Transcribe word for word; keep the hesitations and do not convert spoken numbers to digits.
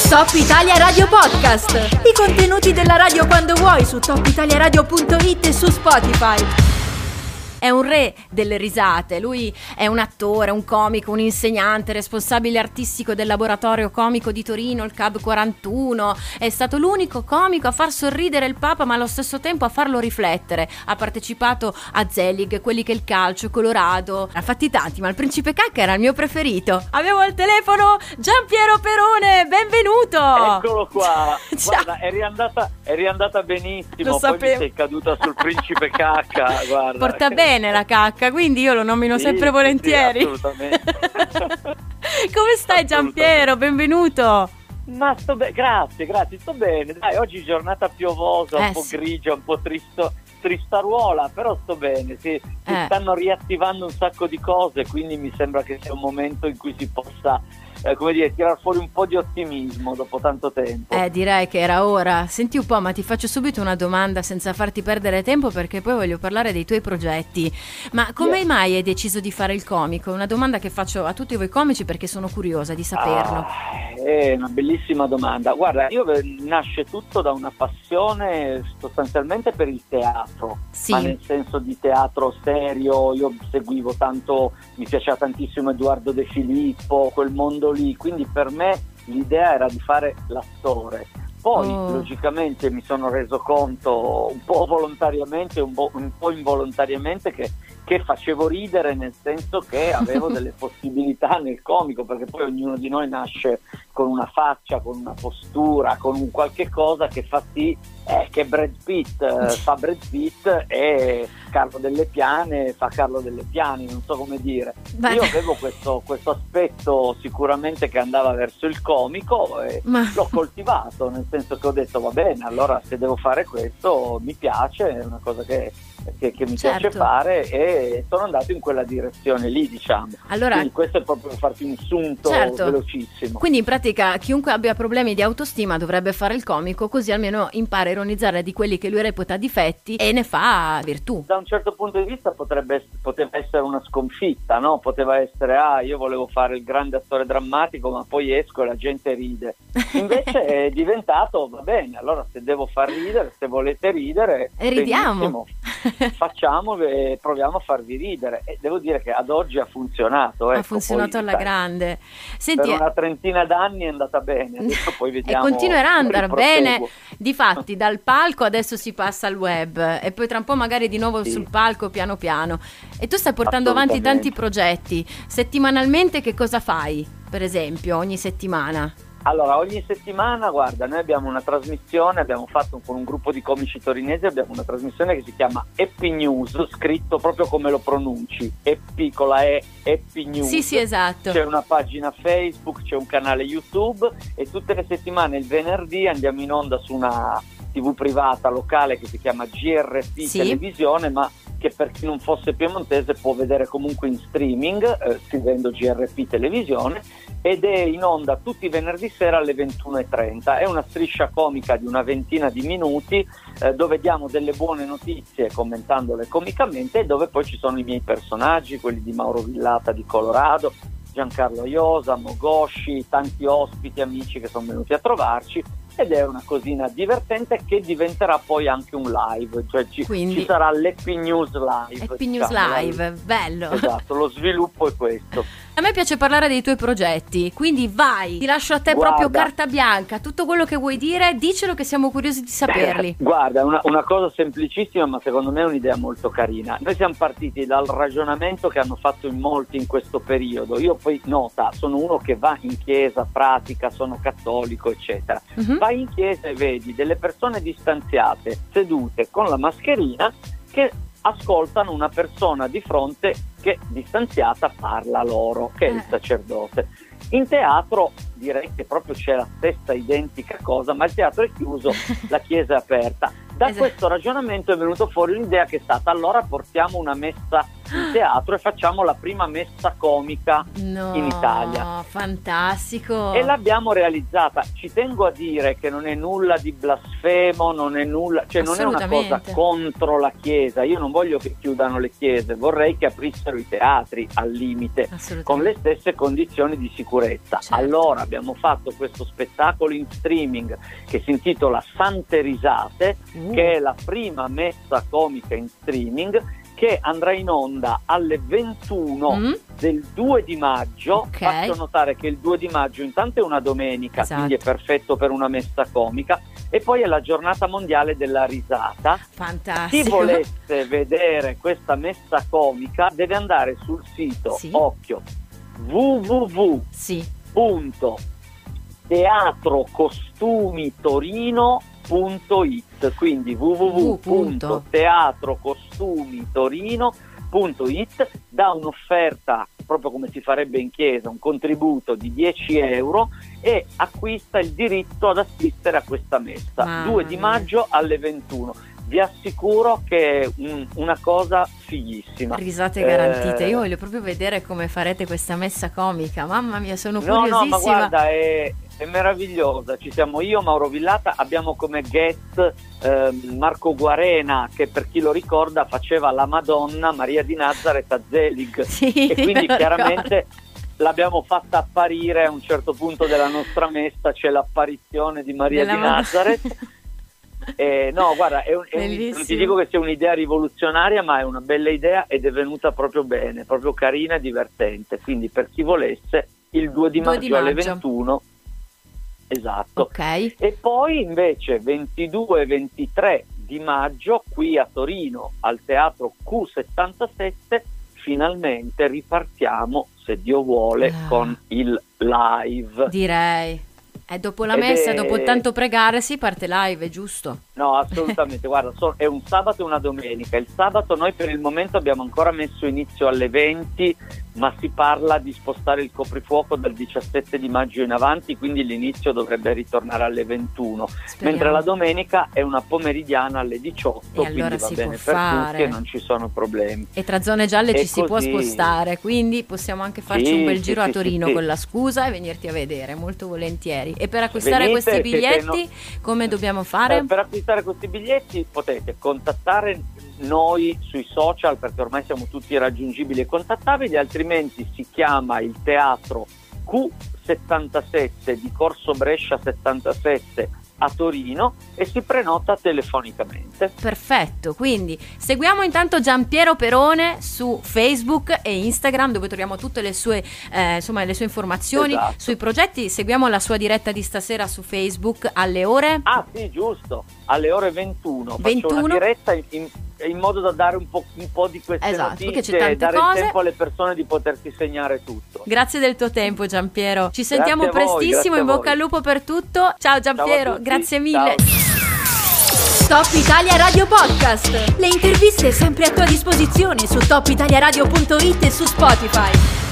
Top Italia Radio Podcast. I contenuti della radio quando vuoi su top italia radio punto it e su Spotify. È un re delle risate, lui è un attore, un comico, un insegnante, responsabile artistico del laboratorio comico di Torino, il C A B quarantuno, è stato l'unico comico a far sorridere il Papa ma allo stesso tempo a farlo riflettere, ha partecipato a Zelig, quelli che il calcio, Colorado, ha fatti tanti ma il Principe Cacca era il mio preferito. Abbiamo al telefono Giampiero Perone, benvenuto! Eccolo qua, guarda, eri andata, eri andata benissimo, Lo poi sapevo. mi sei caduta sul Principe Cacca, guarda. Porta bene la cacca, quindi io lo nomino Sì, sempre sì, volentieri. sì, assolutamente. Come stai Giampiero? Benvenuto. Ma sto bene, grazie, grazie, sto bene. Dai, oggi giornata piovosa, un Eh, po' sì. grigia, un po' tristo, tristaruola, però sto bene, sì. Si Eh. stanno riattivando un sacco di cose, quindi mi sembra che sia un momento in cui si possa, eh, come dire, tirar fuori un po' di ottimismo dopo tanto tempo. Eh, direi che era ora. Senti un po', ma ti faccio subito una domanda senza farti perdere tempo perché poi voglio parlare dei tuoi progetti. Ma come Yes. mai hai deciso di fare il comico? È una domanda che faccio a tutti voi comici perché sono curiosa di saperlo. Ah, è una bellissima domanda. Guarda, io eh, nasce tutto da una passione sostanzialmente per il teatro, Sì. ma nel senso di teatro serio. Io seguivo tanto, mi piaceva tantissimo Edoardo De Filippo, quel mondo lì, quindi per me l'idea era di fare l'attore. Poi Oh. logicamente mi sono reso conto un po' volontariamente, un po', un po' involontariamente che, che facevo ridere, nel senso che avevo delle possibilità nel comico, perché poi ognuno di noi nasce con una faccia, con una postura, con un qualche cosa che fa sì eh, che Brad Pitt eh, fa Brad Pitt e Carlo Delle Piane fa Carlo Delle Piane, non so come dire. Beh. Io avevo questo, questo aspetto sicuramente che andava verso il comico e Ma- l'ho coltivato, nel senso che ho detto va bene, allora se devo fare questo mi piace, è una cosa che, che, che mi Certo. piace fare e sono andato in quella direzione lì, diciamo. Allora, Quindi questo è proprio per farti un sunto Certo. velocissimo. quindi in pratica chiunque abbia problemi di autostima dovrebbe fare il comico, così almeno impara a ironizzare di quelli che lui reputa difetti e ne fa virtù. Da un certo punto di vista potrebbe, poteva essere una sconfitta, no? Poteva essere, ah, io volevo fare il grande attore drammatico, ma poi esco e la gente ride. Invece è diventato, va bene, allora se devo far ridere, se volete ridere, E ridiamo. benissimo, facciamo e proviamo a farvi ridere. E devo dire che ad oggi ha funzionato. Ha ecco, funzionato poi, alla sai, grande. Per Senti, una trentina d'anni è andata bene, adesso poi e vediamo. continuerà a andare il proseguo. bene. Difatti dal palco adesso si passa al web e poi tra un po' magari di nuovo Sì. sul palco piano piano. E tu stai portando avanti tanti Assolutamente. progetti. Settimanalmente che cosa fai? Per esempio, ogni settimana? Allora, ogni settimana, guarda, noi abbiamo una trasmissione, abbiamo fatto con un gruppo di comici torinesi, abbiamo una trasmissione che si chiama Happy News, scritto proprio come lo pronunci, Happy con la E, Happy News. Sì, sì, esatto. C'è una pagina Facebook, c'è un canale YouTube e tutte le settimane, il venerdì, andiamo in onda su una tivù privata locale che si chiama G R P Sì. Televisione, ma che per chi non fosse piemontese può vedere comunque in streaming, eh, scrivendo G R P Televisione, ed è in onda tutti i venerdì sera alle ventuno e trenta. È una striscia comica di una ventina di minuti eh, dove diamo delle buone notizie commentandole comicamente e dove poi ci sono i miei personaggi, quelli di Mauro Villata di Colorado, Giancarlo Iosa, Mogosci, tanti ospiti, amici che sono venuti a trovarci, ed è una cosina divertente che diventerà poi anche un live, cioè ci, Quindi- ci sarà l'Happy News Live. Happy News diciamo, Live, bello. Esatto, lo sviluppo è questo. A me piace parlare dei tuoi progetti, quindi vai, ti lascio a te Guarda. proprio carta bianca, tutto quello che vuoi dire, dicelo che siamo curiosi di saperli. Guarda, una, una cosa semplicissima, ma secondo me è un'idea molto carina. Noi siamo partiti dal ragionamento che hanno fatto in molti in questo periodo. Io poi, nota, sono uno che va in chiesa, pratica, sono cattolico, eccetera. Mhm. Vai in chiesa e vedi delle persone distanziate, sedute con la mascherina, che ascoltano una persona di fronte che distanziata parla loro, che è il Eh. sacerdote. In teatro direi che proprio c'è la stessa identica cosa, ma il teatro è chiuso, la chiesa è aperta. Da Esatto. questo ragionamento è venuto fuori un'idea che è stata: allora portiamo una messa in teatro e facciamo la prima messa comica no, in Italia. Fantastico! E l'abbiamo realizzata. Ci tengo a dire che non è nulla di blasfemo, non è nulla, cioè non è una cosa contro la Chiesa. Io non voglio che chiudano le chiese, vorrei che aprissero i teatri al limite con le stesse condizioni di sicurezza. Certo. Allora abbiamo fatto questo spettacolo in streaming che si intitola Sante Risate, uh. che è la prima messa comica in streaming, che andrà in onda alle ventuno mm. del due di maggio. Okay. Faccio notare che il due di maggio intanto è una domenica, esatto. quindi è perfetto per una messa comica, e poi è la giornata mondiale della risata. Fantastico. Chi volesse vedere questa messa comica deve andare sul sito, sì. occhio, w w w punto teatrocostumitorino punto it, quindi w w w punto teatrocostumitorino punto it. dà un'offerta proprio come si farebbe in chiesa, un contributo di dieci euro, e acquista il diritto ad assistere a questa messa. Mamma due di maggio alle ventuno. Vi assicuro che è un, una cosa fighissima. Risate garantite. Eh... Io voglio proprio vedere come farete questa messa comica. Mamma mia, sono no, curiosissima. No, ma guarda, è, è meravigliosa. Ci siamo io, Mauro Villata, abbiamo come guest eh, Marco Guarena, che per chi lo ricorda faceva la Madonna Maria di Nazareth a Zelig. Sì, e quindi chiaramente ricordo. L'abbiamo fatta apparire a un certo punto della nostra messa, c'è l'apparizione di Maria Della di Nazareth. Eh, no, guarda, è un, è un, non ti dico che sia un'idea rivoluzionaria, ma è una bella idea ed è venuta proprio bene, proprio carina e divertente. Quindi per chi volesse, il due di maggio, di maggio. alle ventuno, esatto. Okay. E poi invece ventidue e ventitré di maggio qui a Torino al Teatro Q settantasette finalmente ripartiamo, se Dio vuole, ah. con il live. Direi. E dopo la Ed messa, è... dopo tanto pregare, si parte live, è giusto? No, assolutamente. Guarda, so, è un sabato e una domenica. Il sabato noi per il momento abbiamo ancora messo inizio alle venti, ma si parla di spostare il coprifuoco dal diciassette di maggio in avanti, quindi l'inizio dovrebbe ritornare alle ventuno. Speriamo. Mentre la domenica è una pomeridiana alle diciotto, e allora quindi va si bene può per fare. tutti e non ci sono problemi. E tra zone gialle e ci si così... può spostare, quindi possiamo anche farci sì, un bel sì, giro sì, a Torino sì, sì. con la scusa e venirti a vedere, molto volentieri. E per acquistare Venite, questi biglietti no... come dobbiamo fare? Eh, per acquistare questi biglietti potete contattare noi sui social, perché ormai siamo tutti raggiungibili e contattabili, altrimenti si chiama il Teatro Q settantasette di Corso Brescia settantasette a Torino e si prenota telefonicamente. Perfetto, quindi seguiamo intanto Giampiero Perone su Facebook e Instagram, dove troviamo tutte le sue eh, insomma le sue informazioni, esatto. sui progetti. Seguiamo la sua diretta di stasera su Facebook alle ore ah sì giusto alle ore ventuno, ventuno. Faccio una diretta in, in, in modo da dare un po', un po' di queste esatto, notizie c'è e dare cose. il tempo alle persone di potersi segnare tutto. Grazie del tuo tempo, Giampiero, ci sentiamo grazie prestissimo, voi, in bocca al lupo per tutto. Ciao Giampiero, ciao grazie mille. Ciao. Top Italia Radio Podcast, le interviste sempre a tua disposizione su top italia radio punto it e su Spotify.